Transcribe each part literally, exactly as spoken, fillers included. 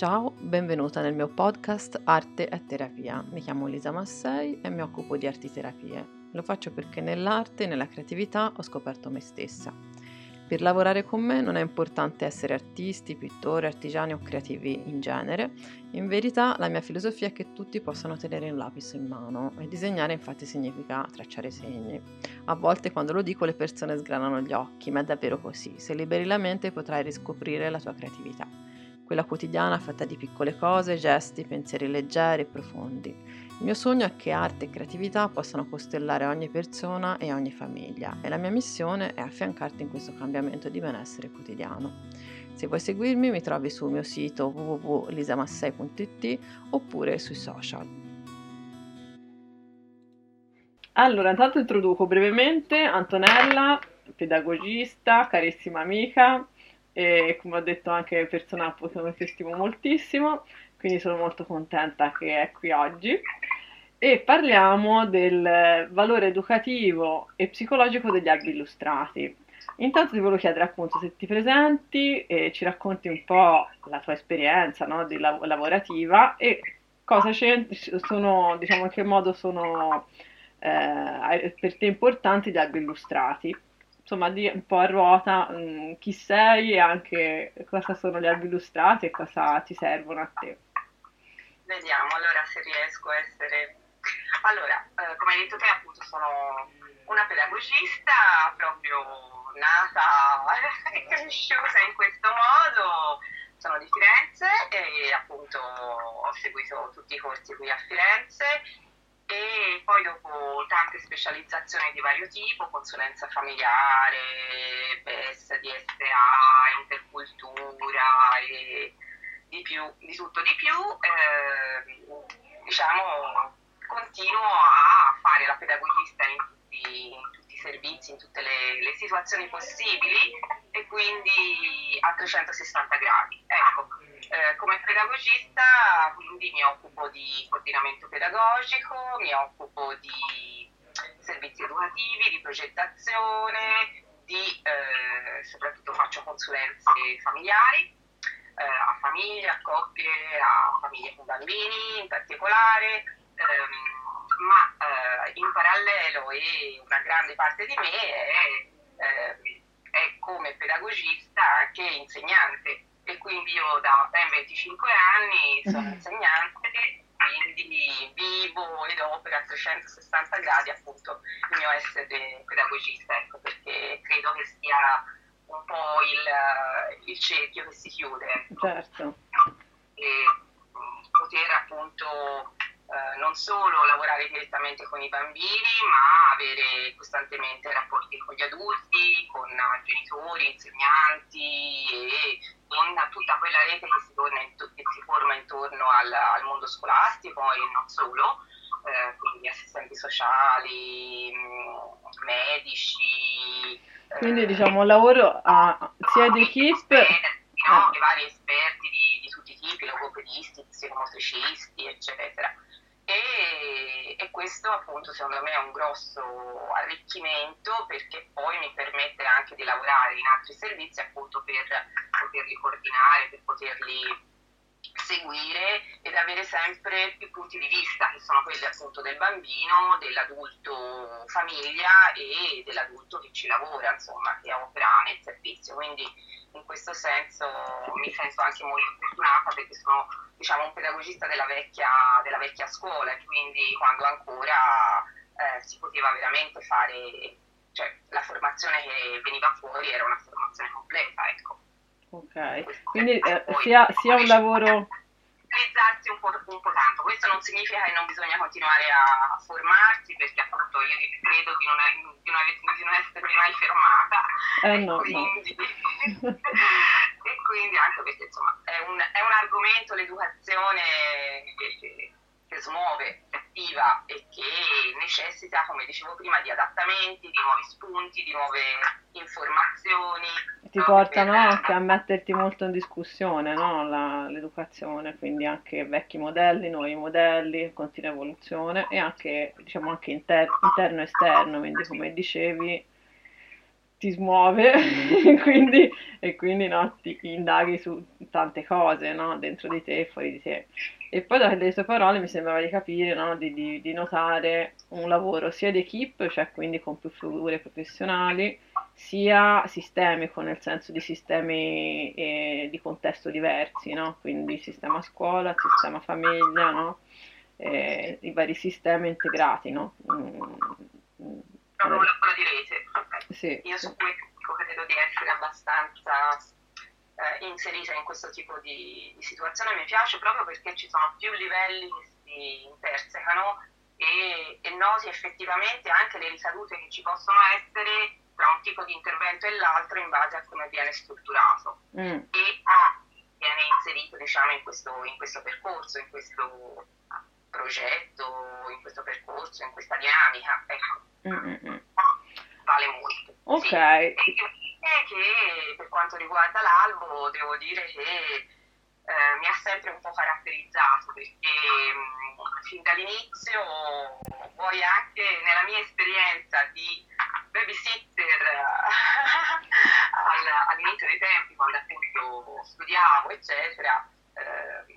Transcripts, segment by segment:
Ciao, benvenuta nel mio podcast Arte e Terapia. Mi chiamo Lisa Massei e mi occupo di arti terapie. Lo faccio perché nell'arte e nella creatività ho scoperto me stessa. Per lavorare con me non è importante essere artisti, pittori, artigiani o creativi in genere. In verità la mia filosofia è che tutti possano tenere un lapis in mano e disegnare infatti significa tracciare segni. A volte quando lo dico le persone sgranano gli occhi, ma è davvero così. Se liberi la mente potrai riscoprire la tua creatività. Quella quotidiana fatta di piccole cose, gesti, pensieri leggeri e profondi. Il mio sogno è che arte e creatività possano costellare ogni persona e ogni famiglia e la mia missione è affiancarti in questo cambiamento di benessere quotidiano. Se vuoi seguirmi mi trovi sul mio sito w w w punto lisamassei punto i t oppure sui social. Allora, intanto introduco brevemente Antonella, pedagogista, carissima amica e come ho detto anche persona che stimo moltissimo, quindi sono molto contenta che è qui oggi. E parliamo del valore educativo e psicologico degli albi illustrati. Intanto ti volevo chiedere appunto se ti presenti e ci racconti un po' la tua esperienza, no, di lav- lavorativa e cosa sono, diciamo, in che modo sono eh, per te importanti gli albi illustrati. Insomma, di un po' a ruota mh, chi sei e anche cosa sono gli albi illustrati e cosa ti servono a te. Vediamo allora se riesco a essere... Allora, eh, come hai detto te, appunto sono una pedagogista proprio nata e cresciuta in questo modo. Sono di Firenze e appunto ho seguito tutti i corsi qui a Firenze e poi dopo tante specializzazioni di vario tipo, consulenza familiare, P E S, D S A, intercultura e di più, di tutto di più, eh, diciamo, continuo a fare la pedagogista in tutti, in tutti i servizi, in tutte le, le situazioni possibili e quindi a trecentosessanta gradi. Ecco, eh, come pedagogista quindi mi occupo di coordinamento pedagogico, mi occupo di servizi educativi, di progettazione, di, eh, soprattutto faccio consulenze familiari, eh, a famiglie, a coppie, a famiglie con bambini in particolare, ehm, ma eh, in parallelo e una grande parte di me è, eh, è come pedagogista anche insegnante e quindi io da ben venticinque anni sono insegnante, quindi vivo ed opero a trecentosessanta gradi appunto il mio essere pedagogista, ecco, perché credo che sia un po' il, il cerchio che si chiude, ecco. Certo. E poter appunto eh, non solo lavorare direttamente con i bambini, ma avere costantemente rapporti con gli adulti, con genitori, insegnanti e con tutta quella rete che si, torna in che si forma intorno al, al mondo scolastico e non solo, eh, quindi assistenti sociali, medici. Quindi diciamo lavoro a, sia di equip, esperti, no? eh. I vari esperti di, di tutti i tipi, logopedisti, psicomotricisti, eccetera. E, e questo appunto secondo me è un grosso arricchimento perché poi mi permette anche di lavorare in altri servizi appunto per poterli coordinare, per poterli seguire ed avere sempre più punti di vista che sono quelli appunto del bambino, dell'adulto famiglia e dell'adulto che ci lavora, insomma, che opera nel servizio. Quindi in questo senso mi sento anche molto fortunata perché sono, diciamo, un pedagogista della vecchia, della vecchia scuola e quindi quando ancora eh, si poteva veramente fare, cioè la formazione che veniva fuori era una formazione completa, ecco. Ok, quindi eh, sia, sia un lavoro... Utilizzarsi un po', un po' tanto. Questo non significa che non bisogna continuare a formarsi perché appunto io credo di non, di non, di non essermi mai fermata eh, e, no, quindi, no. e quindi anche perché insomma è un, è un argomento, l'educazione che, che, che smuove, che attiva e che necessita, come dicevo prima, di adattamenti, di nuovi spunti, di nuove informazioni. Ti portano anche a metterti molto in discussione, no? La, l'educazione, quindi anche vecchi modelli, nuovi modelli, continua evoluzione e anche, diciamo, anche inter- interno e esterno, quindi come dicevi ti smuove quindi, e quindi no, ti indaghi su tante cose, no? Dentro di te e fuori di te. E poi dalle tue parole mi sembrava di capire, no? Di, di- di notare un lavoro sia di equip, cioè quindi con più figure professionali, sia sistemico, nel senso di sistemi eh, di contesto diversi, no? Quindi sistema scuola, sistema famiglia, no? Eh, i vari sistemi integrati, no? Mm, mm, Proprio un magari- lavoro di rete. sì, Io sì. su questo credo di essere abbastanza eh, inserita in questo tipo di, di situazione. Mi piace proprio perché ci sono più livelli che si intersecano e, e noti effettivamente anche le ricadute che ci possono essere tra un tipo di intervento e l'altro in base a come viene strutturato Mm, e a viene inserito, diciamo, in questo, in questo percorso, in questo progetto, in questo percorso, in questa dinamica. Ecco, mm, mm, mm. vale molto. Ok, Sì. E che per quanto riguarda l'albo devo dire che eh, mi ha sempre un po' caratterizzato perché mh, fin dall'inizio, poi anche nella mia esperienza di babysitter al- all'inizio dei tempi, quando appunto studiavo, eccetera, eh,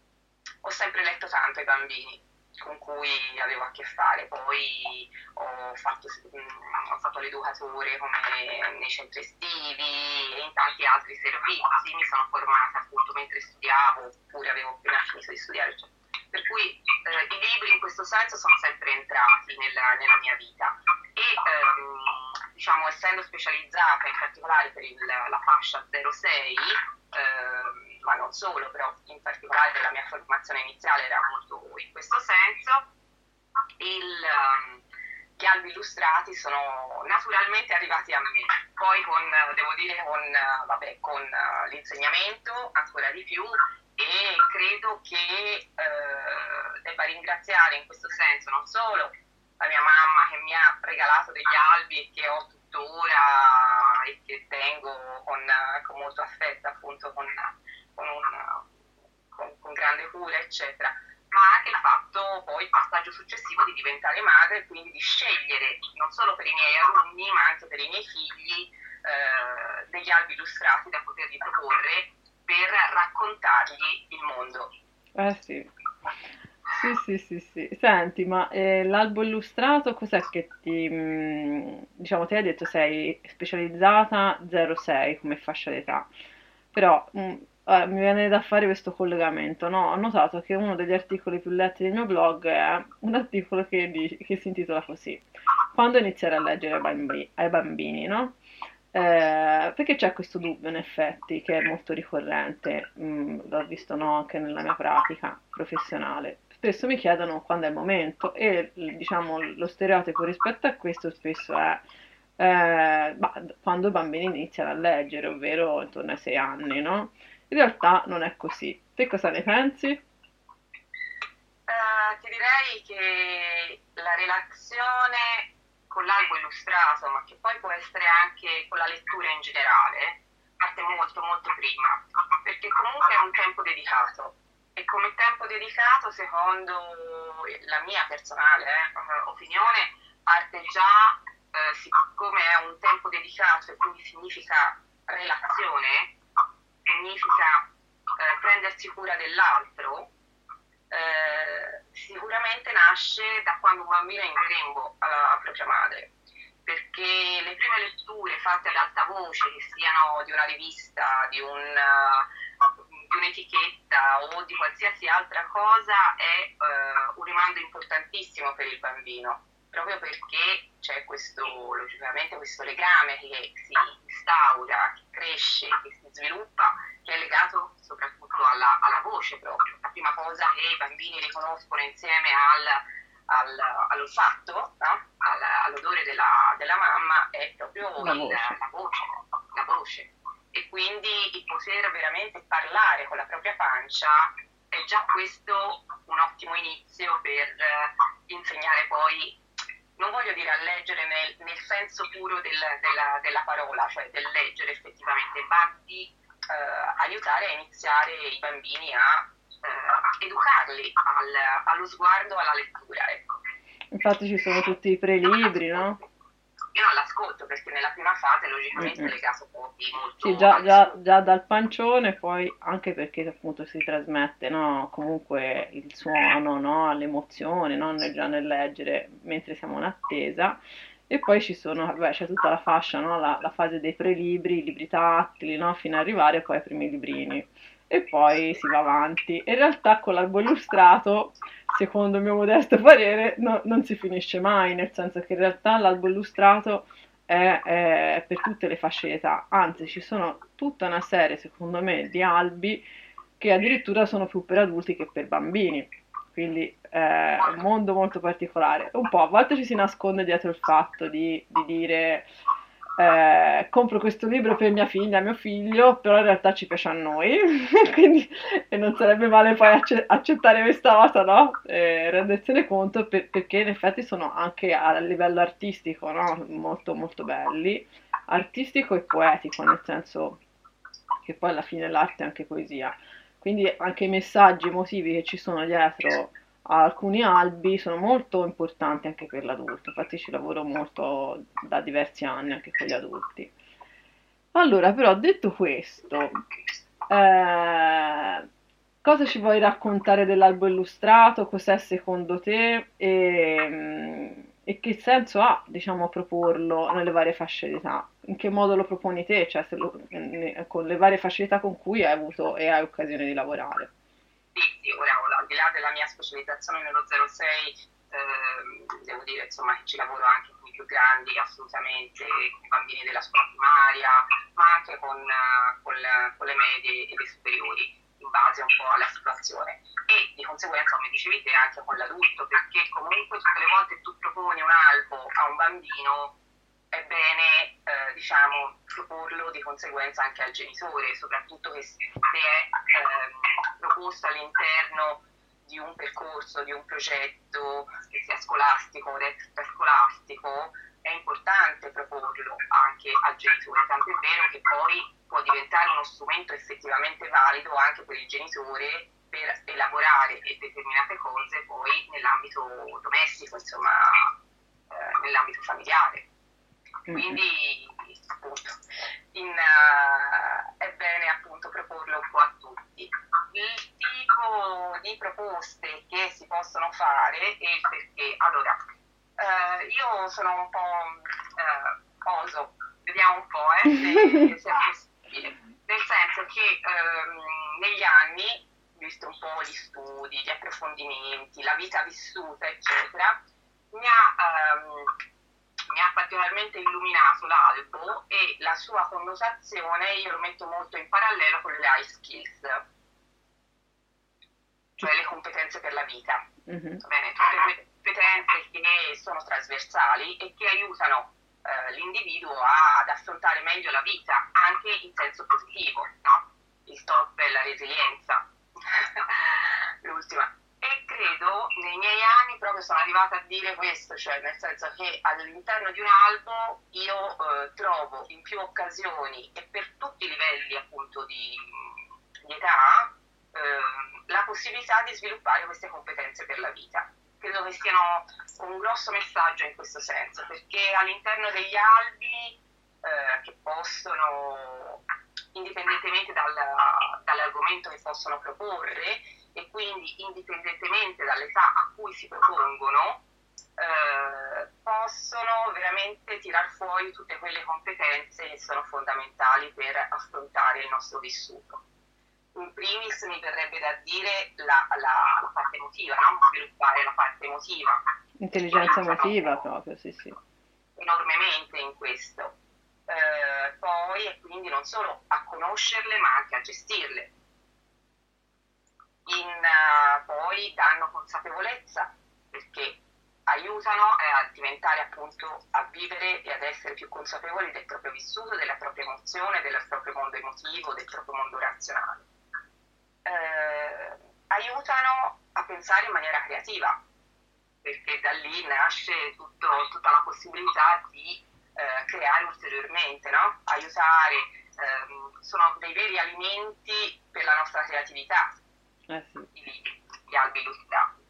ho sempre letto tanto ai bambini con cui avevo a che fare. Poi ho fatto, mh, ho fatto l'educatore come nei centri estivi e in tanti altri servizi, mi sono formata appunto mentre studiavo, oppure avevo appena finito di studiare, eccetera. Per cui eh, i libri in questo senso sono sempre entrati nella, nella mia vita e ehm, diciamo, essendo specializzata in particolare per il, la fascia zero sei, ehm, ma non solo, però in particolare la mia formazione iniziale era molto in questo senso, il, um, gli albi illustrati sono naturalmente arrivati a me, poi con, devo dire, con, vabbè, con uh, l'insegnamento ancora di più, e credo che eh, debba ringraziare in questo senso non solo la mia mamma che mi ha regalato degli albi e che ho tuttora e che tengo con, con molto affetto, appunto con, con, un, con, con grande cura, eccetera, ma anche il fatto poi, il passaggio successivo di diventare madre e quindi di scegliere non solo per i miei alunni ma anche per i miei figli eh, degli albi illustrati da potergli proporre per raccontargli il mondo. eh sì. Sì, sì, sì, sì. Senti, ma eh, l'albo illustrato cos'è che ti... mh, diciamo, te hai detto sei specializzata zero sei come fascia d'età, però mh, eh, mi viene da fare questo collegamento, no? Ho notato che uno degli articoli più letti del mio blog è un articolo che, di- che si intitola così: Quando iniziare a leggere ai bambi- ai bambini, no? Eh, perché c'è questo dubbio, in effetti, che è molto ricorrente, mh, l'ho visto, no, anche nella mia pratica professionale. Spesso mi chiedono quando è il momento e, diciamo, lo stereotipo rispetto a questo spesso è eh, bah, quando i bambini iniziano a leggere, ovvero intorno ai sei anni, no? In realtà non è così. Te cosa ne pensi? Eh, ti direi che la relazione con l'albo illustrato, ma che poi può essere anche con la lettura in generale, parte molto molto prima, perché comunque è un tempo dedicato e come tempo dedicato, secondo la mia personale eh, opinione, parte già, eh, siccome è un tempo dedicato e quindi significa relazione, significa eh, prendersi cura dell'altro, eh, sicuramente nasce da quando un bambino è in grembo alla propria madre, perché le prime letture fatte ad alta voce, che siano di una rivista, di, un, uh, di un'etichetta o di qualsiasi altra cosa, è uh, un rimando importantissimo per il bambino, proprio perché c'è questo, logicamente, questo legame che si instaura, che cresce, che si sviluppa, che è legato soprattutto alla, alla voce proprio. La prima cosa che i bambini riconoscono insieme al, al, all'olfatto, no? All, all'odore della, della mamma, è proprio La il, voce. la voce, la voce. E quindi il poter veramente parlare con la propria pancia è già questo un ottimo inizio per uh, insegnare poi, non voglio dire a leggere nel, nel senso puro del, della, della parola, cioè del leggere effettivamente, ma di eh, aiutare a iniziare i bambini a eh, educarli al, allo sguardo, alla lettura. Ecco. Infatti ci sono tutti i prelibri, no? Io alla ascolto, perché nella prima fase logicamente Mm-mm. le gasopopi molto Sì, già, già, ansiose. già dal pancione, poi anche perché appunto si trasmette, no, comunque il suono, no, l'emozione, no, nel- già nel leggere mentre siamo in attesa. E poi ci sono, vabbè, c'è tutta la fascia, no, la, la fase dei prelibri, i libri tattili, no, fino ad arrivare poi ai primi librini. E poi si va avanti. E in realtà con l'albo illustrato, secondo il mio modesto parere, no- non si finisce mai, nel senso che in realtà l'albo illustrato è, è per tutte le fasce d'età, anzi ci sono tutta una serie, secondo me, di albi che addirittura sono più per adulti che per bambini, quindi è un mondo molto particolare. Un po' a volte ci si nasconde dietro il fatto di, di dire eh, compro questo libro per mia figlia, mio figlio, però in realtà ci piace a noi, quindi e non sarebbe male poi acce- accettare questa cosa, no? E rendersene conto per- perché in effetti sono anche a livello artistico, no? Molto molto belli, artistico e poetico, nel senso che poi alla fine l'arte è anche poesia. Quindi anche i messaggi emotivi che ci sono dietro a alcuni albi sono molto importanti anche per l'adulto. Infatti ci lavoro molto da diversi anni anche con gli adulti. Allora, però, detto questo, eh, cosa ci vuoi raccontare dell'albo illustrato? Cos'è secondo te? E, mm, e che senso ha, diciamo, proporlo nelle varie fasce d'età? In che modo lo proponi te? Cioè, se lo- ne- con le varie fasce d'età con cui hai avuto e hai occasione di lavorare. Sì, sì, ora, ora, al di là della mia specializzazione nello zero sei, ehm, devo dire insomma che ci lavoro anche con i più grandi, assolutamente, con i bambini della scuola primaria, ma anche con, eh, con le, con le medie e le superiori, in base un po' alla situazione. E di conseguenza, come dicevi te, anche con l'adulto, perché comunque tutte le volte che tu proponi un albo a un bambino, è bene, eh, diciamo, proporlo di conseguenza anche al genitore, soprattutto che se è ehm, proposto all'interno di un percorso, di un progetto, che sia scolastico o extrascolastico, è importante proporlo anche al genitore, tant'è vero che poi può diventare uno strumento effettivamente valido anche per il genitore per elaborare determinate cose poi nell'ambito domestico, insomma, eh, nell'ambito familiare. Mm-mm. Quindi appunto in, uh, è bene appunto proporlo un po' a tutti. Il tipo di proposte che si possono fare e il perché. Allora, uh, io sono un po' uh, oso, vediamo un po' eh, se, se è possibile. Nel senso che um, negli anni, visto un po' gli studi, gli approfondimenti, la vita vissuta, eccetera, mi ha, um, mi ha particolarmente illuminato l'albo e la sua connotazione io lo metto molto in parallelo con le life skills, cioè le competenze per la vita. Mhm. Bene, tutte competenze che sono trasversali e che aiutano eh, l'individuo ad affrontare meglio la vita, anche in senso positivo, no? Il top è la resilienza, l'ultima. E credo nei miei anni proprio sono arrivata a dire questo, cioè nel senso che all'interno di un albo io eh, trovo in più occasioni e per tutti i livelli appunto di, di età eh, la possibilità di sviluppare queste competenze per la vita. Credo che siano un grosso messaggio in questo senso, perché all'interno degli albi eh, che possono, indipendentemente dal, dall'argomento che possono proporre, e quindi indipendentemente dall'età a cui si propongono, eh, possono veramente tirar fuori tutte quelle competenze che sono fondamentali per affrontare il nostro vissuto. In primis mi verrebbe da dire la, la, la parte emotiva, no? Sviluppare la parte emotiva. Intelligenza emotiva proprio, sì, sì. Enormemente in questo. Eh, poi e quindi non solo a conoscerle ma anche a gestirle. In, uh, poi danno consapevolezza perché aiutano a diventare appunto a vivere e ad essere più consapevoli del proprio vissuto, della propria emozione, del proprio mondo emotivo, del proprio mondo razionale. Eh, aiutano a pensare in maniera creativa perché da lì nasce tutto, tutta la possibilità di eh, creare ulteriormente, no? Aiutare, ehm, sono dei veri alimenti per la nostra creatività. Eh sì. I libri, gli albi illustrati.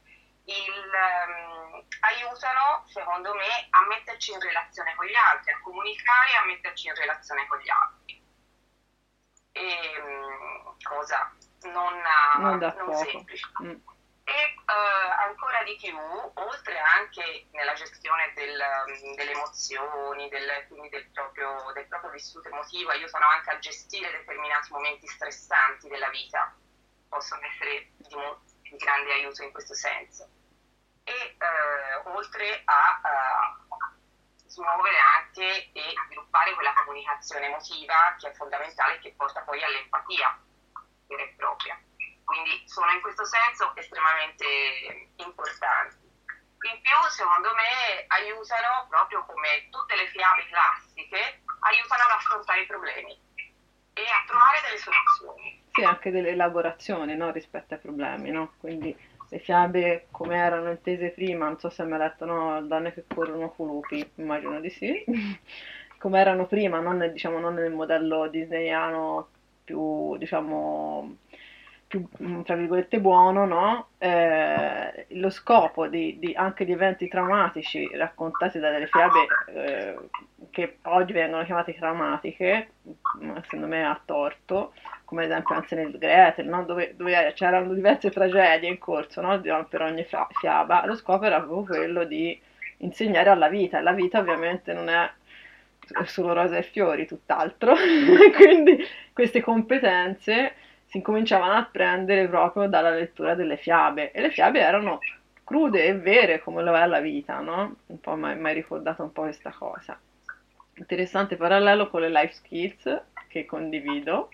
il, um, aiutano, secondo me, a metterci in relazione con gli altri, a comunicare e a metterci in relazione con gli altri. E, um, cosa non, Non da non poco. semplice. Mm. E uh, ancora di più, oltre anche nella gestione del, delle emozioni, del, quindi del proprio, del proprio vissuto emotivo, aiutano anche a gestire determinati momenti stressanti della vita, possono essere di, mo- di grande aiuto in questo senso. E uh, oltre a uh, smuovere anche e sviluppare quella comunicazione emotiva che è fondamentale e che porta poi all'empatia vera e propria. Quindi sono in questo senso estremamente importanti. In più, secondo me, aiutano, proprio come tutte le fiabe classiche, aiutano ad affrontare i problemi e a trovare delle soluzioni. Sì, anche delle elaborazioni, no, rispetto ai problemi, no? Quindi le fiabe come erano intese prima, non so se mi ha letto, no, donne che corrono con lupi, immagino di sì, come erano prima, non nel, diciamo, non nel modello disneyano più, diciamo, più, mm, tra virgolette, buono, no? Eh, lo scopo di, di- anche di eventi traumatici raccontati da delle fiabe eh, che oggi vengono chiamate traumatiche, mm, secondo me a torto, come ad esempio Hansel e Gretel, no? Dove, dove c'erano diverse tragedie in corso, no? Per ogni fra- fiaba, lo scopo era proprio quello di insegnare alla vita, e la vita ovviamente non è solo rose e fiori, tutt'altro, quindi queste competenze si incominciavano a prendere proprio dalla lettura delle fiabe, e le fiabe erano crude e vere come lo è la vita, no? Un po' mi hai ricordato un po' questa cosa. Interessante parallelo con le life skills che condivido.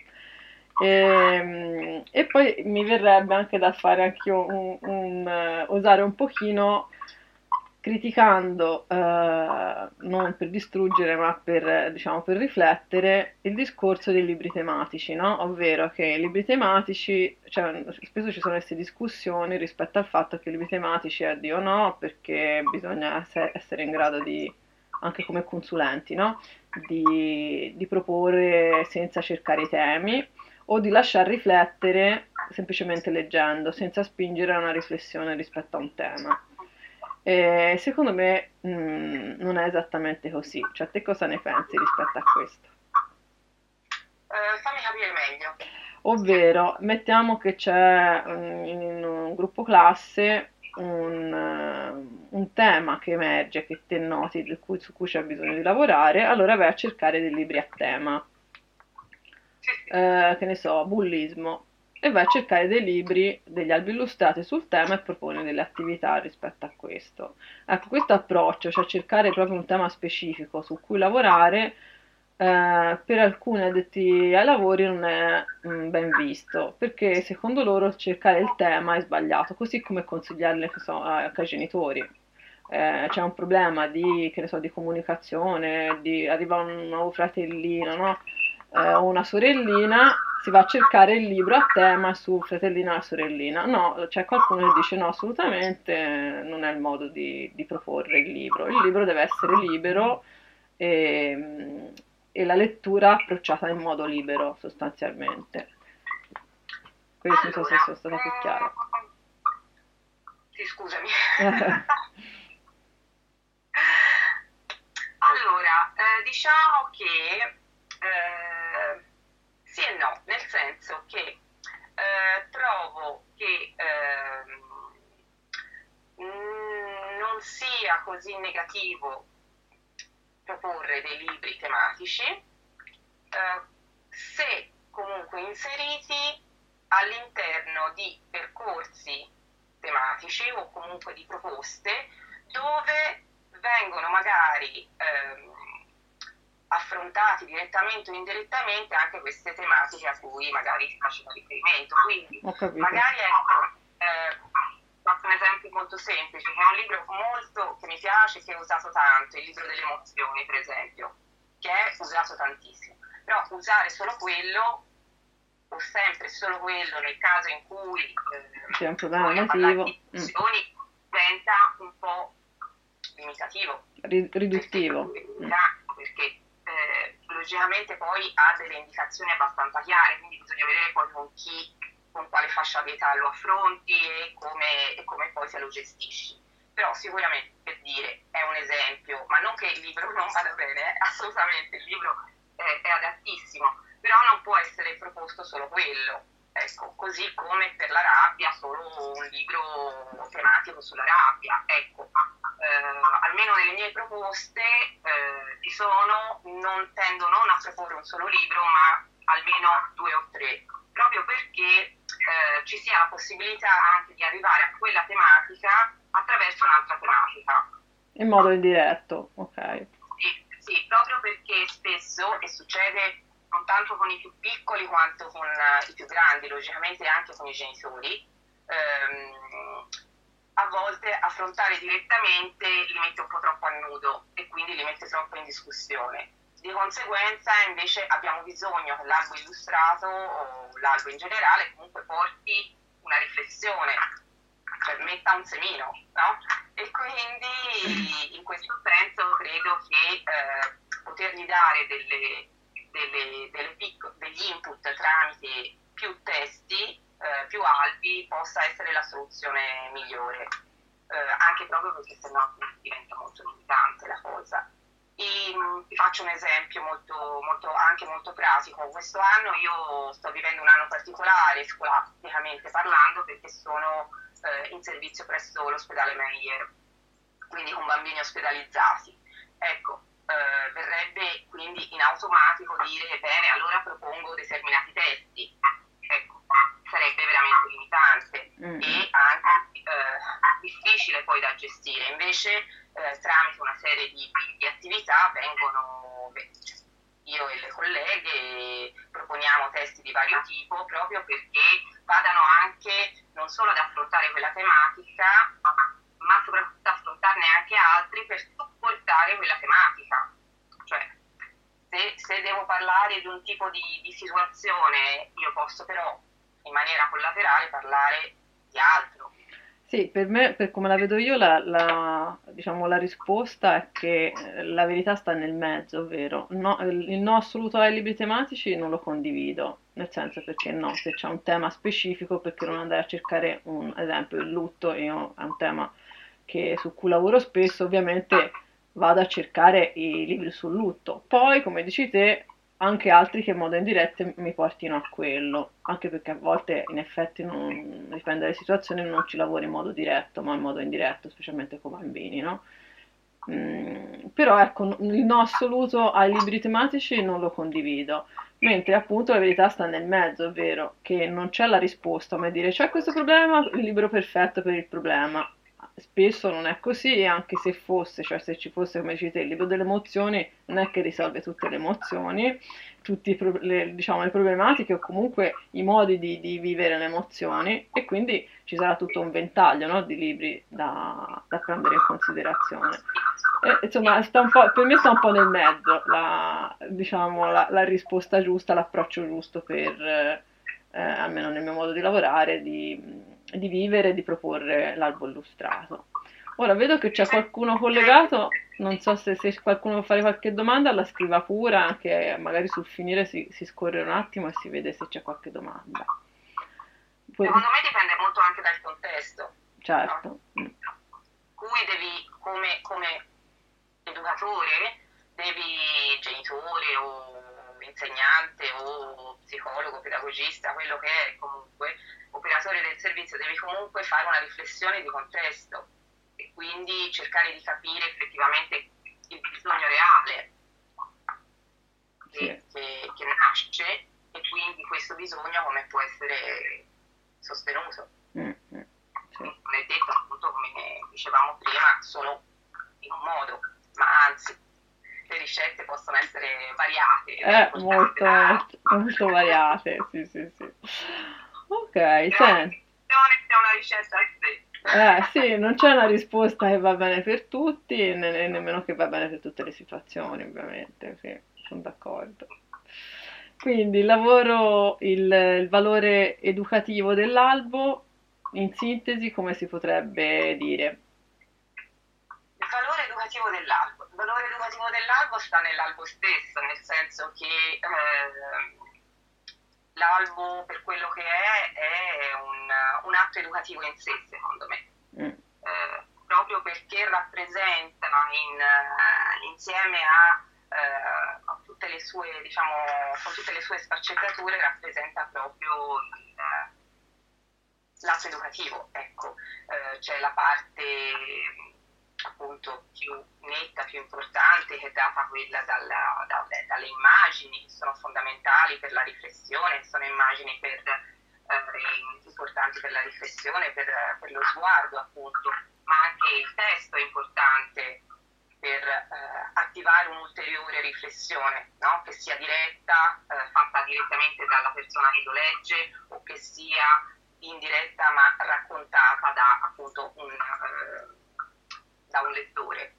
E, e poi mi verrebbe anche da fare anch'io un, un, eh, osare un pochino criticando, eh, non per distruggere, ma per, eh, diciamo, per riflettere, il discorso dei libri tematici, no? Ovvero che i libri tematici, cioè, spesso ci sono queste discussioni rispetto al fatto che i libri tematici è di o no, perché bisogna esse- essere in grado di, anche come consulenti, no? Di, di proporre senza cercare i temi o di lasciar riflettere semplicemente leggendo, senza spingere a una riflessione rispetto a un tema. E secondo me mh, non è esattamente così. Cioè, te cosa ne pensi rispetto a questo? Eh, fammi capire meglio. Ovvero, mettiamo che c'è mm, in un gruppo classe un, eh, un tema che emerge, che te noti, di cui- su cui c'è bisogno di lavorare, allora vai a cercare dei libri a tema. Sì, sì. Eh, che ne so, bullismo, e vai a cercare dei libri, degli albi illustrati sul tema e propone delle attività rispetto a questo. Ecco, questo approccio, cioè cercare proprio un tema specifico su cui lavorare, eh, per alcuni addetti ai lavori non è mm, ben visto, perché secondo loro cercare il tema è sbagliato, così come consigliarle, che so, anche ai genitori. Eh, c'è un problema di, che ne so, di comunicazione, di, arriva un nuovo fratellino, no? Eh, o una sorellina, si va a cercare il libro a tema su fratellina e la sorellina. No, c'è qualcuno che dice no, assolutamente non è il modo di, di proporre il libro. Il libro deve essere libero e, e la lettura approcciata in modo libero, sostanzialmente. Questo non so se Allora, sono stata più chiara. mm, sì, scusami. Allora, eh, diciamo che eh, sì e no, nel senso che eh, trovo che ehm, mm, non sia così negativo proporre dei libri tematici, eh, se comunque inseriti all'interno di percorsi tematici o comunque di proposte dove vengono magari ehm, affrontati direttamente o indirettamente anche queste tematiche a cui magari si faceva riferimento. Quindi Ho capito. magari ecco, eh, faccio un esempio molto semplice, che è un libro molto che mi piace, che ho usato tanto, il libro delle emozioni per esempio, che è usato tantissimo, però usare solo quello o sempre solo quello nel caso in cui eh, C'è un problema voglio parlare emotivo. di emozioni mm. diventa un po' limitativo, Ri- riduttivo. perché, Mm. perché eh, logicamente poi ha delle indicazioni abbastanza chiare, quindi bisogna vedere poi con chi con quale fascia d'età lo affronti e come, e come poi te lo gestisci. Però sicuramente, per dire, è un esempio, ma non che il libro non vada bene, eh, assolutamente, il libro è, è adattissimo, però non può essere proposto solo quello. Ecco, così come per la rabbia, solo un libro tematico sulla rabbia. Ecco, eh, almeno nelle mie proposte eh, ci sono, non tendo non a proporre un solo libro, ma almeno due o tre, proprio perché eh, ci sia la possibilità anche di arrivare a quella tematica attraverso un'altra tematica. In modo indiretto, ok. Sì, sì, proprio perché spesso, e succede non tanto con i più piccoli quanto con uh, i più grandi, logicamente anche con i genitori, ehm, a volte affrontare direttamente li mette un po' troppo a nudo e quindi li mette troppo in discussione. Di conseguenza invece abbiamo bisogno che l'albo illustrato o l'albo in generale comunque porti una riflessione, cioè metta un semino, no? E quindi in questo senso credo che eh, potergli dare delle Delle, delle picco, degli input tramite più testi, eh, più albi, possa essere la soluzione migliore, eh, anche proprio perché sennò diventa molto limitante la cosa. E, mh, ti faccio un esempio molto, molto, anche molto pratico. Questo anno io sto vivendo un anno particolare, scolasticamente parlando, perché sono eh, in servizio presso l'ospedale Meyer, quindi con bambini ospedalizzati. Ecco, Uh, verrebbe quindi in automatico dire bene, allora propongo determinati testi. Ecco, sarebbe veramente limitante mm. e anche uh, difficile poi da gestire. Invece uh, tramite una serie di, di attività vengono, beh, io e le colleghe proponiamo testi di vario tipo proprio perché vadano anche non solo ad affrontare quella tematica, ma soprattutto affrontarne anche altri per supportare quella tematica. Cioè, se, se devo parlare di un tipo di, di situazione, io posso però in maniera collaterale parlare di altro. Sì, per me, per come la vedo io, la, la, diciamo, la risposta è che la verità sta nel mezzo, ovvero no, il no assoluto ai libri tematici non lo condivido, nel senso perché no, se c'è un tema specifico, perché non andare a cercare un, ad esempio il lutto, io è un tema che, su cui lavoro spesso, ovviamente vado a cercare i libri sul lutto. Poi, come dici te, anche altri che in modo indiretto mi portino a quello, anche perché a volte in effetti non, dipende dalle situazioni, non ci lavoro in modo diretto, ma in modo indiretto, specialmente con bambini, no? Mm, però ecco, il no assoluto ai libri tematici non lo condivido, mentre appunto la verità sta nel mezzo, ovvero che non c'è la risposta, ma dire c'è questo problema, il libro perfetto per il problema. Spesso non è così, anche se fosse, cioè se ci fosse, come dici te, il libro delle emozioni, non è che risolve tutte le emozioni, tutte le, diciamo, le problematiche o comunque i modi di, di vivere le emozioni, e quindi ci sarà tutto un ventaglio, no, di libri da, da prendere in considerazione. E, insomma, sta un po', per me sta un po' nel mezzo la, diciamo, la, la risposta giusta, l'approccio giusto per, eh, almeno nel mio modo di lavorare, di di vivere e di proporre l'albo illustrato. Ora vedo che c'è qualcuno collegato, non so se, se qualcuno vuole fare qualche domanda, la scriva pure, anche magari sul finire si, si scorre un attimo e si vede se c'è qualche domanda. Poi, secondo me dipende molto anche dal contesto. Certo. No? Cui devi, come, come educatore, devi, genitore o insegnante o psicologo, pedagogista, quello che è comunque, operatore del servizio, devi comunque fare una riflessione di contesto e quindi cercare di capire effettivamente il bisogno reale che, sì. che, che nasce e quindi questo bisogno come può essere sostenuto. Mm-hmm. Sì. Non è detto, appunto, come dicevamo prima, solo in un modo, ma anzi le ricette possono essere variate. Eh, molto, molto, molto variate, sì, sì, sì. Ok, senti. C'è una ricetta a sé. Eh sì, non c'è una risposta che va bene per tutti e ne- nemmeno che va bene per tutte le situazioni, ovviamente, sì, sono d'accordo. Quindi il lavoro, il, il valore educativo dell'albo, in sintesi, come si potrebbe dire? Il valore educativo dell'albo. Il valore educativo dell'albo sta nell'albo stesso, nel senso che eh, l'albo, per quello che è, è atto educativo in sé, secondo me, Mm. eh, proprio perché rappresenta in, eh, insieme a, eh, a tutte le sue, diciamo, con tutte le sue sfaccettature, rappresenta proprio il, eh, l'atto educativo, ecco. Eh, c'è la parte appunto più netta, più importante, che è data quella dalla, dalle, dalle immagini, che sono fondamentali per la riflessione, che sono immagini per, eh, importanti per la riflessione, per, per lo sguardo appunto, ma anche il testo è importante per eh, attivare un'ulteriore riflessione, no? Che sia diretta, eh, fatta direttamente dalla persona che lo legge, o che sia indiretta ma raccontata da appunto un, eh, da un lettore.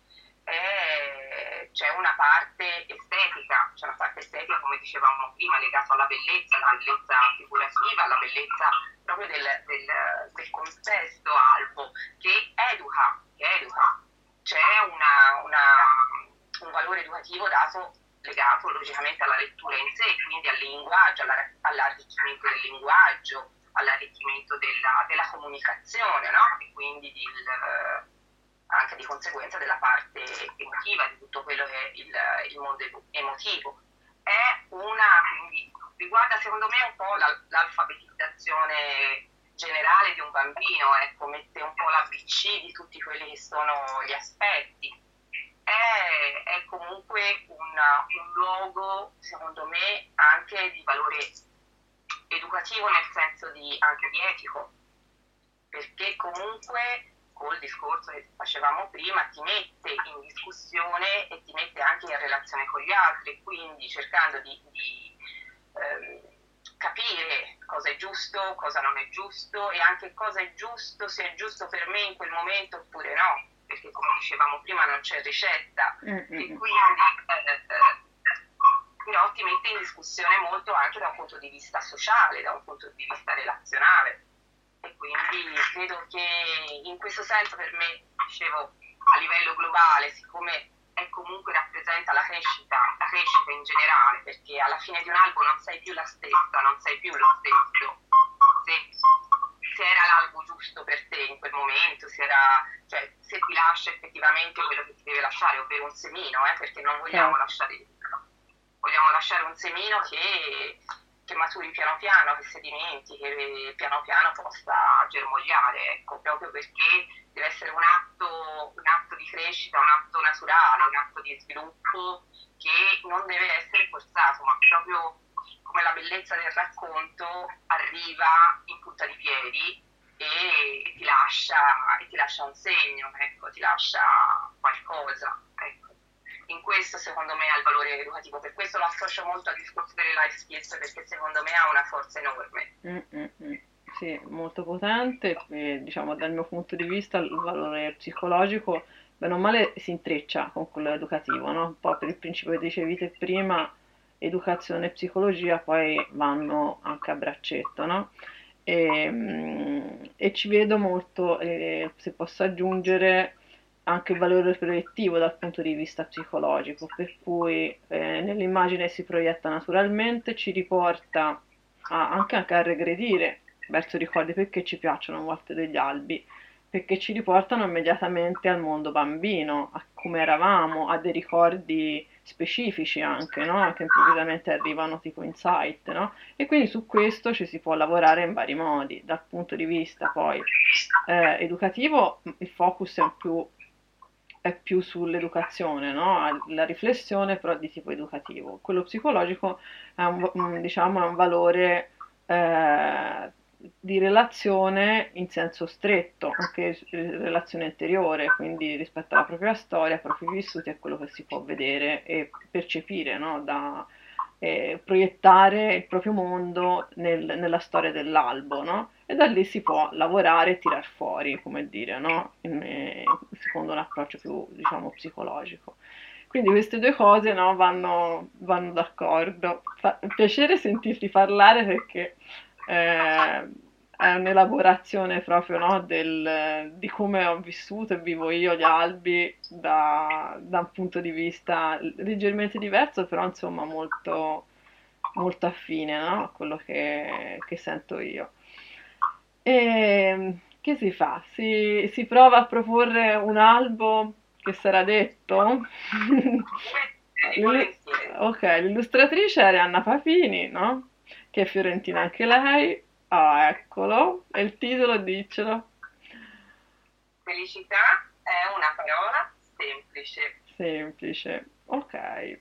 E c'è una parte estetica, c'è una parte estetica, come dicevamo prima, legata alla bellezza, alla bellezza figurativa, alla bellezza proprio del, del, del contesto albo, che educa, che educa. C'è una, una, un valore educativo dato, legato logicamente alla lettura in sé, quindi al linguaggio, alla, all'arricchimento del linguaggio, all'arricchimento della, della comunicazione, no? E quindi del, anche di conseguenza della parte emotiva, di tutto quello che è il, il mondo emotivo. È una, quindi, riguarda secondo me un po' la, l'alfabetizzazione generale di un bambino, ecco, mette un po' l'A B C di tutti quelli che sono gli aspetti. È, è comunque una, un luogo, secondo me, anche di valore educativo, nel senso di, anche di etico, perché comunque col discorso che facevamo prima ti mette in discussione e ti mette anche in relazione con gli altri, quindi cercando di, di ehm, capire cosa è giusto, cosa non è giusto, e anche cosa è giusto, se è giusto per me in quel momento oppure no, perché come dicevamo prima non c'è ricetta, mm-hmm. E quindi eh, eh, però ti mette in discussione molto anche da un punto di vista sociale, da un punto di vista relazionale. E quindi credo che in questo senso per me, dicevo, a livello globale, siccome è comunque rappresenta la crescita, la crescita in generale, perché alla fine di un albo non sei più la stessa, non sei più lo stesso, se, se era l'albo giusto per te in quel momento, se, era, cioè, se ti lascia effettivamente quello che ti deve lasciare, ovvero un semino, eh, perché non vogliamo lasciare, vogliamo lasciare un semino che... che maturi piano piano, che sedimenti, che piano piano possa germogliare, ecco, proprio perché deve essere un atto, un atto di crescita, un atto naturale, un atto di sviluppo che non deve essere forzato, ma proprio come la bellezza del racconto arriva in punta di piedi e ti lascia, e ti lascia un segno, ecco, ti lascia qualcosa, ecco. In questo secondo me ha il valore educativo, per questo lo associo molto al discorso delle life skills, perché secondo me ha una forza enorme. Mm-mm. Sì, molto potente, e, diciamo dal mio punto di vista il valore psicologico bene o male si intreccia con quello educativo, no? Un po' per il principio che dicevi te prima, educazione e psicologia poi vanno anche a braccetto, no? E, e ci vedo molto, eh, se posso aggiungere, anche il valore proiettivo dal punto di vista psicologico, per cui eh, nell'immagine si proietta naturalmente, ci riporta a, anche, anche a regredire verso ricordi, perché ci piacciono a volte degli albi, perché ci riportano immediatamente al mondo bambino, a come eravamo, a dei ricordi specifici anche, no? Che improvvisamente arrivano tipo insight, no? E quindi su questo ci si può lavorare in vari modi. Dal punto di vista poi eh, educativo il focus è un più è più sull'educazione, no? La riflessione però di tipo educativo. Quello psicologico è un, diciamo, è un valore eh, di relazione in senso stretto, anche relazione interiore, quindi rispetto alla propria storia, ai propri vissuti, a quello che si può vedere e percepire, no? Da, eh, proiettare il proprio mondo nel, nella storia dell'albo, no? E da lì si può lavorare e tirar fuori, come dire, no? In, eh, secondo un approccio più, diciamo, psicologico. Quindi queste due cose, no, vanno, vanno d'accordo. Fa piacere sentirti parlare perché eh, è un'elaborazione proprio, no, del, di come ho vissuto e vivo io gli albi da, da un punto di vista leggermente diverso, però insomma molto, molto affine, no, a quello che, che sento io. E che si fa? Si, si prova a proporre un albo che sarà detto? Volentieri, L'illu- volentieri. ok, l'illustratrice è Arianna Papini, no? Che è fiorentina anche lei. Ah, eccolo. E il titolo, diccelo. Felicità è una parola semplice. Semplice. Ok.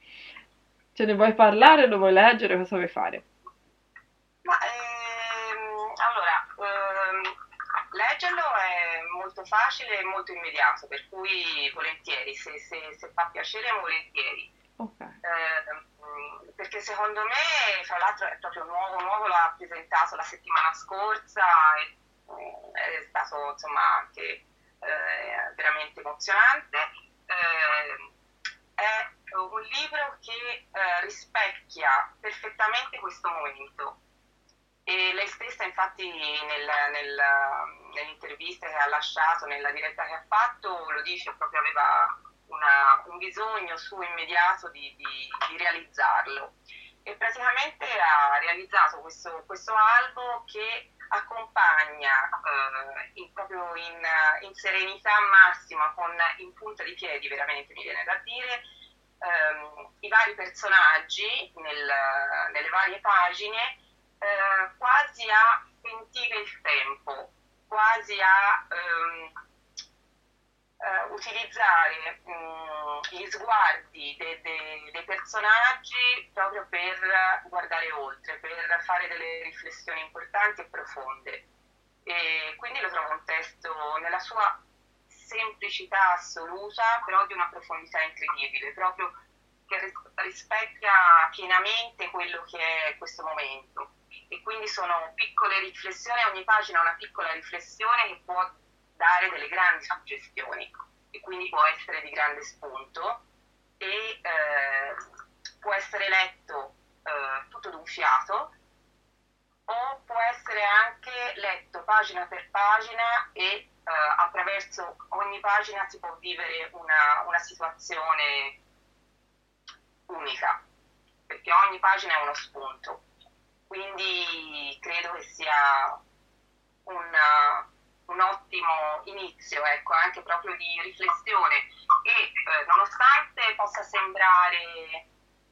Ce ne vuoi parlare? Lo vuoi leggere? Cosa vuoi fare? Ma ehm, allora, ehm, leggerlo è molto facile e molto immediato, per cui volentieri, se, se- se fa piacere, volentieri. Ok. Ehm, perché secondo me, fra l'altro, è proprio nuovo, nuovo, l'ha presentato la settimana scorsa e mm, è stato insomma anche eh, veramente emozionante. Ehm, è un libro che eh, rispecchia perfettamente questo momento. E lei stessa, infatti, nel, nel, nell'intervista che ha lasciato, nella diretta che ha fatto, lo dice, proprio aveva una, un bisogno suo immediato di, di, di realizzarlo. E praticamente ha realizzato questo, questo albo che accompagna eh, in, proprio in, in serenità massima, con in punta di piedi, veramente mi viene da dire, ehm, i vari personaggi nel, nelle varie pagine, eh, quasi a sentire il tempo, quasi a ehm, eh, utilizzare mh, gli sguardi de- de- dei personaggi proprio per guardare oltre, per fare delle riflessioni importanti e profonde. E quindi lo trovo un testo nella sua semplicità assoluta, però di una profondità incredibile, proprio che ris- rispecchia pienamente quello che è questo momento. E quindi sono piccole riflessioni, ogni pagina è una piccola riflessione che può dare delle grandi suggestioni e quindi può essere di grande spunto e eh, può essere letto eh, tutto d'un fiato o può essere anche letto pagina per pagina e eh, attraverso ogni pagina si può vivere una, una situazione unica, perché ogni pagina è uno spunto. Quindi credo che sia un, un ottimo inizio, ecco, anche proprio di riflessione e eh, nonostante possa sembrare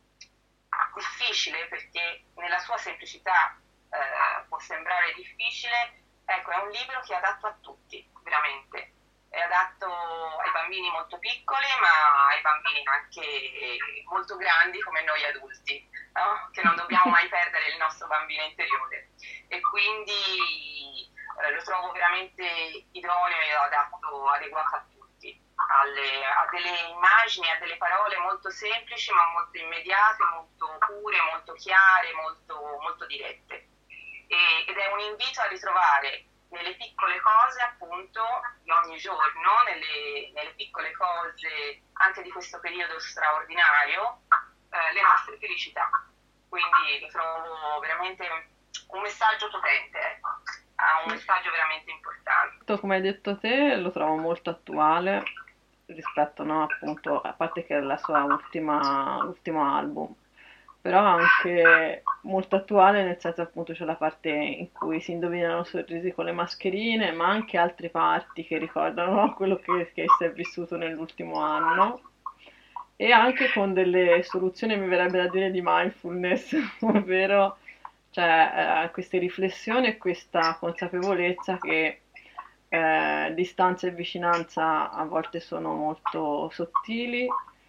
difficile, perché nella sua semplicità eh, può sembrare difficile, ecco, è un libro che è adatto a tutti, veramente. È adatto ai bambini molto piccoli, ma ai bambini anche molto grandi come noi adulti, no? Che non dobbiamo mai perdere il nostro bambino interiore. E quindi eh, lo trovo veramente idoneo e adatto, adeguato a tutti, alle, a delle immagini, a delle parole molto semplici ma molto immediate, molto pure, molto chiare, molto, molto dirette. E, ed è un invito a ritrovare nelle piccole cose appunto di ogni giorno, nelle, nelle piccole cose anche di questo periodo straordinario, eh, le nostre felicità. Quindi lo trovo veramente un messaggio potente, ecco. Ha un messaggio veramente importante. Come hai detto te, lo trovo molto attuale rispetto, no, appunto, a parte che è la sua ultima, l'ultimo album, però anche molto attuale nel senso appunto c'è la parte in cui si indovinano sorrisi con le mascherine, ma anche altre parti che ricordano, no, quello che, che si è vissuto nell'ultimo anno e anche con delle soluzioni, mi verrebbe da dire, di mindfulness, ovvero cioè, eh, queste riflessioni e questa consapevolezza che eh, distanza e vicinanza a volte sono molto sottili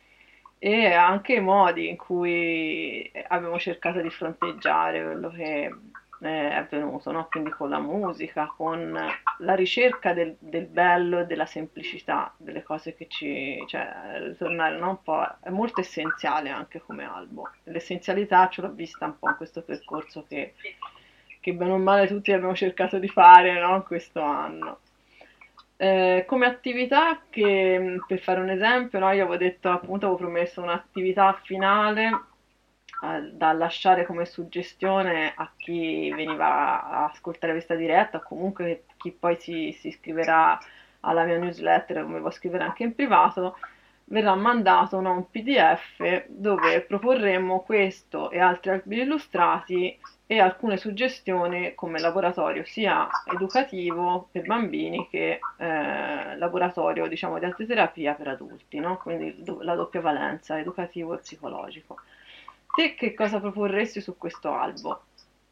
e anche i modi in cui abbiamo cercato di fronteggiare quello che eh, è avvenuto, no? Quindi con la musica, con la ricerca del, del bello e della semplicità delle cose che ci, cioè, tornare, no? Un po', è molto essenziale anche come album. L'essenzialità ce l'ho vista un po' in questo percorso che, che bene o male tutti abbiamo cercato di fare, no? In questo anno. Eh, come attività che, per fare un esempio, no, io avevo detto, appunto, avevo promesso un'attività finale eh, da lasciare come suggestione a chi veniva a ascoltare questa diretta, o comunque chi poi si, si iscriverà alla mia newsletter, come devo scrivere anche in privato, verrà mandato, no, un P D F dove proporremo questo e altri albi illustrati e alcune suggestioni come laboratorio sia educativo per bambini che eh, laboratorio, diciamo, di arteterapia per adulti, no? Quindi do- la doppia valenza, educativo e psicologico. Te che cosa proporresti su questo albo?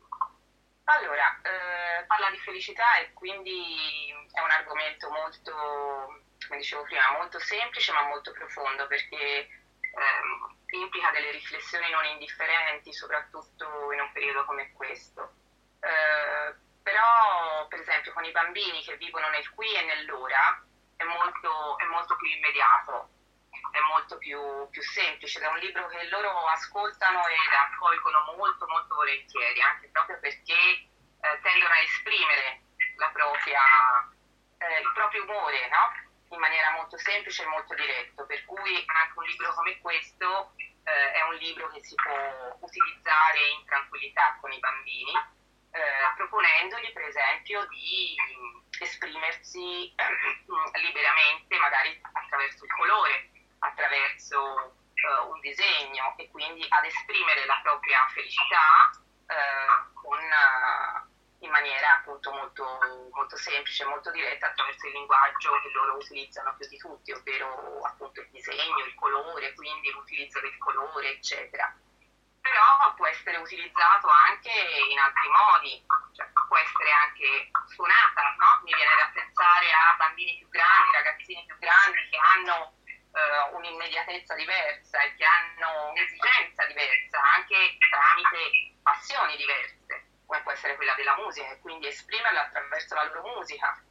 Allora, eh, parla di felicità e quindi è un argomento molto, come dicevo prima, molto semplice ma molto profondo perché ehm, implica delle riflessioni non indifferenti, soprattutto in un periodo come questo. Eh, però, per esempio, con i bambini che vivono nel qui e nell'ora è molto, è molto più immediato, è molto più, più semplice, ed è un libro che loro ascoltano ed accolgono molto molto volentieri, anche proprio perché eh, tendono a esprimere la propria, eh, il proprio umore, no? In maniera molto semplice e molto diretto, per cui anche un libro come questo eh, è un libro che si può utilizzare in tranquillità con i bambini, eh, proponendogli per esempio di esprimersi eh, liberamente, magari attraverso il colore, attraverso eh, un disegno, e quindi ad esprimere la propria felicità eh, con, eh, in maniera appunto molto, molto semplice, molto diretta, attraverso il linguaggio che loro utilizzano più di tutti, ovvero appunto il disegno, il colore, quindi l'utilizzo del colore, eccetera. Però può essere utilizzato anche in altri modi, cioè può essere anche suonata, no? Mi viene da pensare a bambini più grandi, ragazzini più grandi che hanno Uh, un'immediatezza diversa e che hanno un'esigenza diversa anche tramite passioni diverse, come può essere quella della musica, e quindi esprimerla attraverso la loro musica,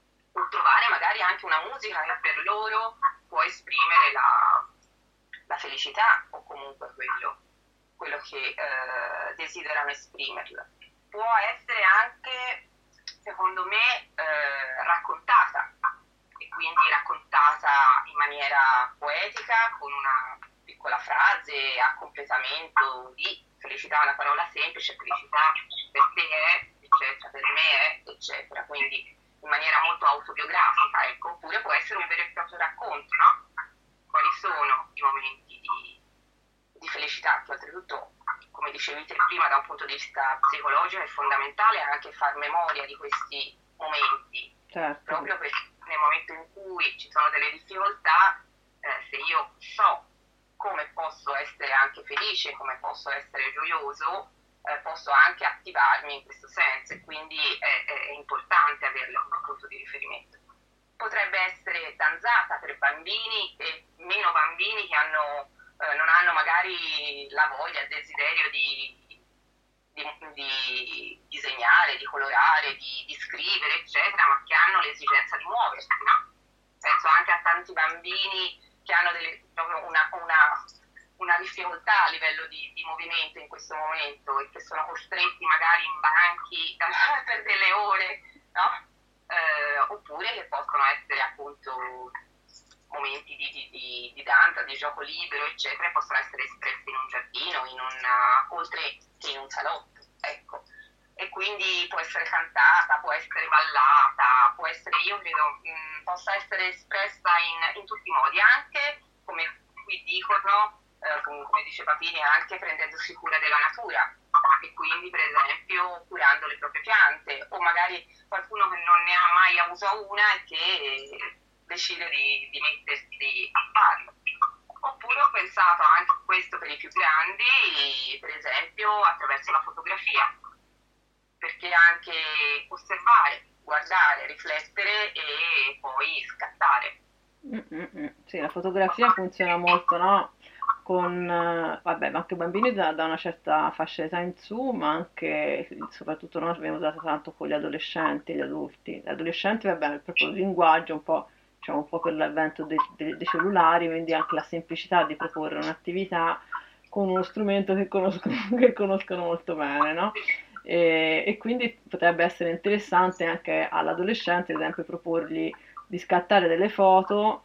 o trovare magari anche una musica che per loro può esprimere la, la felicità o comunque quello, quello che uh, desiderano esprimerla. Può essere anche, secondo me, uh, raccontata, e quindi raccontata in maniera poetica con una piccola frase a completamento di felicità, una parola semplice, felicità per te è, eccetera, per me è, eccetera, quindi in maniera molto autobiografica, ecco. Oppure può essere un vero e proprio racconto, no? Quali sono i momenti di, di felicità, che oltretutto, come dicevi te prima, da un punto di vista psicologico è fondamentale anche far memoria di questi momenti, Certo. proprio perché nel momento in cui ci sono delle difficoltà, eh, se io so come posso essere anche felice, come posso essere gioioso, eh, posso anche attivarmi in questo senso, e quindi è, è importante averlo come punto di riferimento. Potrebbe essere danzata per bambini e meno bambini che hanno, eh, non hanno magari la voglia, il desiderio di Di, di disegnare, di colorare, di, di scrivere, eccetera, ma che hanno l'esigenza di muoversi, no? Penso anche a tanti bambini che hanno delle, proprio una, una, una difficoltà a livello di, di movimento in questo momento e che sono costretti magari in banchi per delle ore, no? Eh, oppure che possono essere appunto momenti di, di, di, di danza, di gioco libero, eccetera, e possono essere espressi in un giardino, in una, oltre che in un salotto, ecco. E quindi può essere cantata, può essere ballata, può essere, io credo, mh, possa essere espressa in, in tutti i modi, anche, come qui dicono, eh, come dice Papini, anche prendendosi cura della natura, e quindi per esempio curando le proprie piante, o magari qualcuno che non ne ha mai avuto una e che decide di, di mettersi a farlo. Oppure ho pensato anche a questo per i più grandi, per esempio attraverso la fotografia, perché anche osservare, guardare, riflettere e poi scattare. Mm-mm. Sì, la fotografia funziona molto, no? Con, eh, vabbè, ma anche bambini da, da una certa fascia d'età in su, ma anche, soprattutto noi abbiamo usato tanto con gli adolescenti e gli adulti. Gli adolescenti, vabbè, proprio il linguaggio un po', diciamo, un po' per l'avvento dei, dei- dei cellulari, quindi anche la semplicità di proporre un'attività con uno strumento che conoscono, che conoscono molto bene, no? E, e quindi potrebbe essere interessante anche all'adolescente, ad esempio, proporgli di scattare delle foto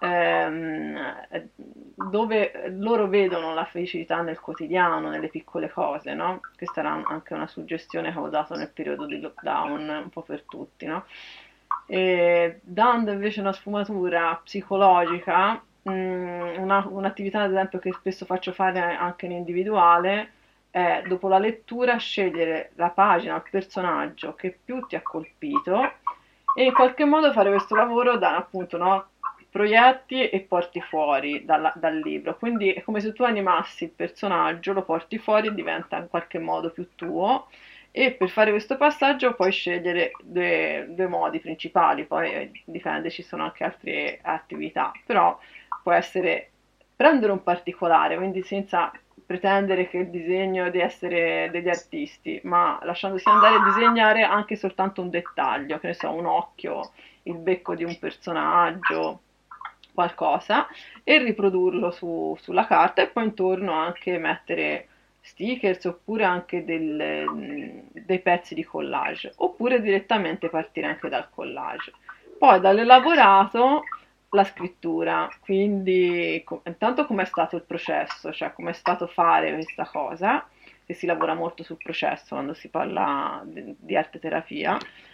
ehm, dove loro vedono la felicità nel quotidiano, nelle piccole cose, no? Questa era anche una suggestione che ho dato nel periodo di lockdown, un po' per tutti, no? E dando invece una sfumatura psicologica, mm, una- un'attività ad esempio che spesso faccio fare anche in individuale è dopo la lettura scegliere la pagina, il personaggio che più ti ha colpito e in qualche modo fare questo lavoro da appunto, no? Proietti e porti fuori dalla- dal libro. Quindi è come se tu animassi il personaggio, lo porti fuori e diventa in qualche modo più tuo. E per fare questo passaggio puoi scegliere due, due modi principali, poi eh, dipende, ci sono anche altre attività, però può essere prendere un particolare, quindi senza pretendere che il disegno di essere degli artisti, ma lasciandosi andare a disegnare anche soltanto un dettaglio, che ne so, un occhio, il becco di un personaggio, qualcosa, e riprodurlo su- sulla carta e poi intorno anche mettere stickers oppure anche del- dei pezzi di collage, oppure direttamente partire anche dal collage. Poi dall'elaborato la scrittura, quindi co- intanto com'è stato il processo, cioè com'è stato fare questa cosa, che si lavora molto sul processo quando si parla di, di arte terapia,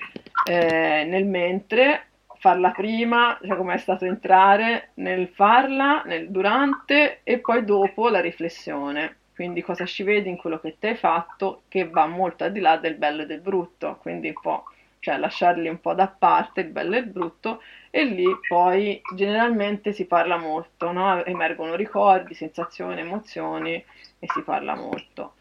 eh, nel mentre farla prima, cioè com'è stato entrare nel farla, nel durante e poi dopo la riflessione. Quindi cosa ci vedi in quello che ti hai fatto che va molto al di là del bello e del brutto, quindi un po', cioè lasciarli un po' da parte il bello e il brutto e lì poi generalmente si parla molto, no? Emergono ricordi, sensazioni, emozioni e si parla molto.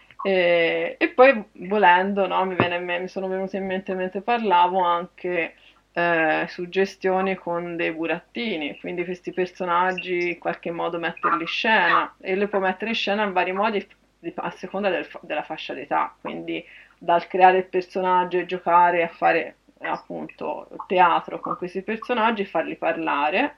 E, e poi volendo, no, mi viene in me- mi sono venute in mente mentre parlavo anche eh, suggestioni con dei burattini, quindi questi personaggi in qualche modo metterli in scena e li puoi mettere in scena in vari modi di- a seconda del fa- della fascia d'età, quindi dal creare il personaggio e giocare a fare eh, appunto teatro con questi personaggi e farli parlare,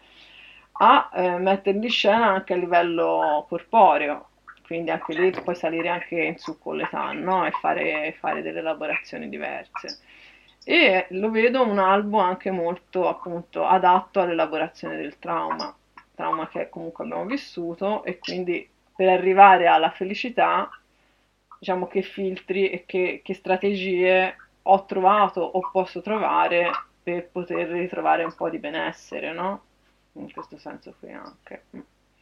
a eh, metterli in scena anche a livello corporeo, quindi anche lì puoi salire anche in su con l'età, no? E fare, fare delle elaborazioni diverse. E lo vedo un albo anche molto appunto adatto all'elaborazione del trauma, trauma che comunque abbiamo vissuto e quindi per arrivare alla felicità, diciamo che filtri e che, che strategie ho trovato o posso trovare per poter ritrovare un po' di benessere, no? In questo senso qui anche. Mm.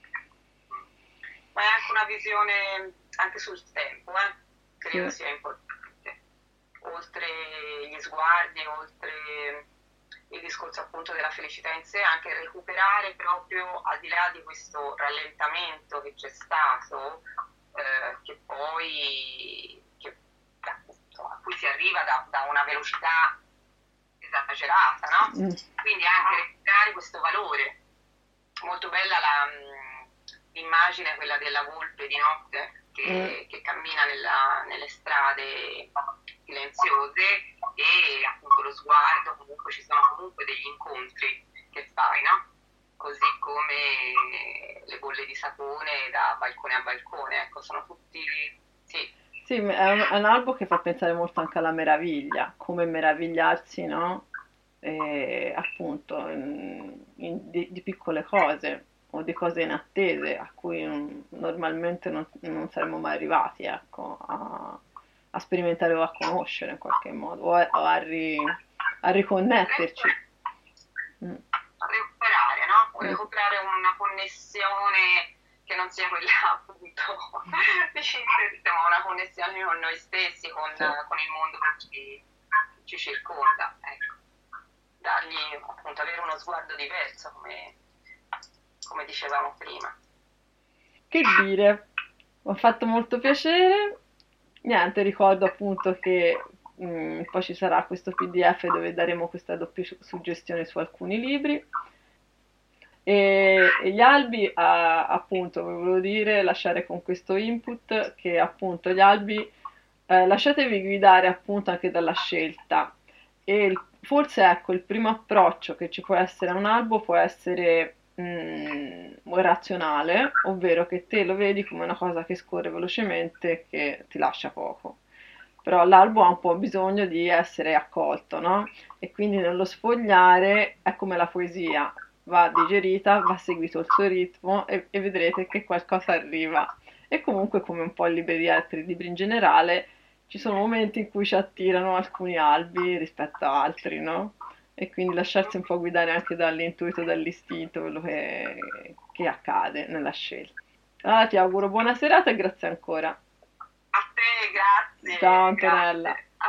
Ma è anche una visione anche sul tempo, eh? Credo Sì. sia importante. Oltre gli sguardi, oltre il discorso appunto della felicità in sé, anche recuperare proprio al di là di questo rallentamento che c'è stato, eh, che poi che, appunto, a cui si arriva da, da una velocità esagerata, no? Mm. Quindi anche recuperare questo valore. Molto bella la, mh, l'immagine, quella della volpe di notte che, Mm. che cammina nella- nelle strade silenziose e appunto lo sguardo, comunque ci sono comunque degli incontri che fai, no? Così come le bolle di sapone da balcone a balcone, ecco, sono tutti, sì, Sì, è un, è un albo che fa pensare molto anche alla meraviglia, come meravigliarsi, no? E, appunto, in- in- di, di piccole cose o di cose inattese a cui mm, normalmente non, non saremmo mai arrivati, ecco, a, a sperimentare o a conoscere in qualche modo, o a, o a ri- a riconnetterci. Mm, recuperare, no? mm, Recuperare una connessione che non sia quella appunto di insomma, una connessione con noi stessi, con, sì. con il mondo che ci, ci circonda, ecco. Dargli appunto avere uno sguardo diverso, come, come dicevamo prima. Che dire, mi ha fatto molto piacere. Niente, ricordo appunto che mm, poi ci sarà questo P D F dove daremo questa doppia su- suggestione su alcuni libri. E, e gli albi, ah, appunto, vi volevo dire, lasciare con questo input che appunto gli albi, eh, lasciatevi guidare appunto anche dalla scelta. E il- forse ecco, il primo approccio che ci può essere a un albo può essere mm, razionale, ovvero che te lo vedi come una cosa che scorre velocemente e che ti lascia poco. Però l'albo ha un po' bisogno di essere accolto, no? E quindi nello sfogliare è come la poesia, va digerita, va seguito il suo ritmo e, e vedrete che qualcosa arriva. E comunque, come un po' in libreria per i libri in generale, ci sono momenti in cui ci attirano alcuni albi rispetto a altri, no? e quindi lasciarsi un po' guidare anche dall'intuito, dall'istinto, quello che, che accade nella scelta. Allora ti auguro buona serata e grazie ancora. A te, Ciao grazie, Antonella. grazie. A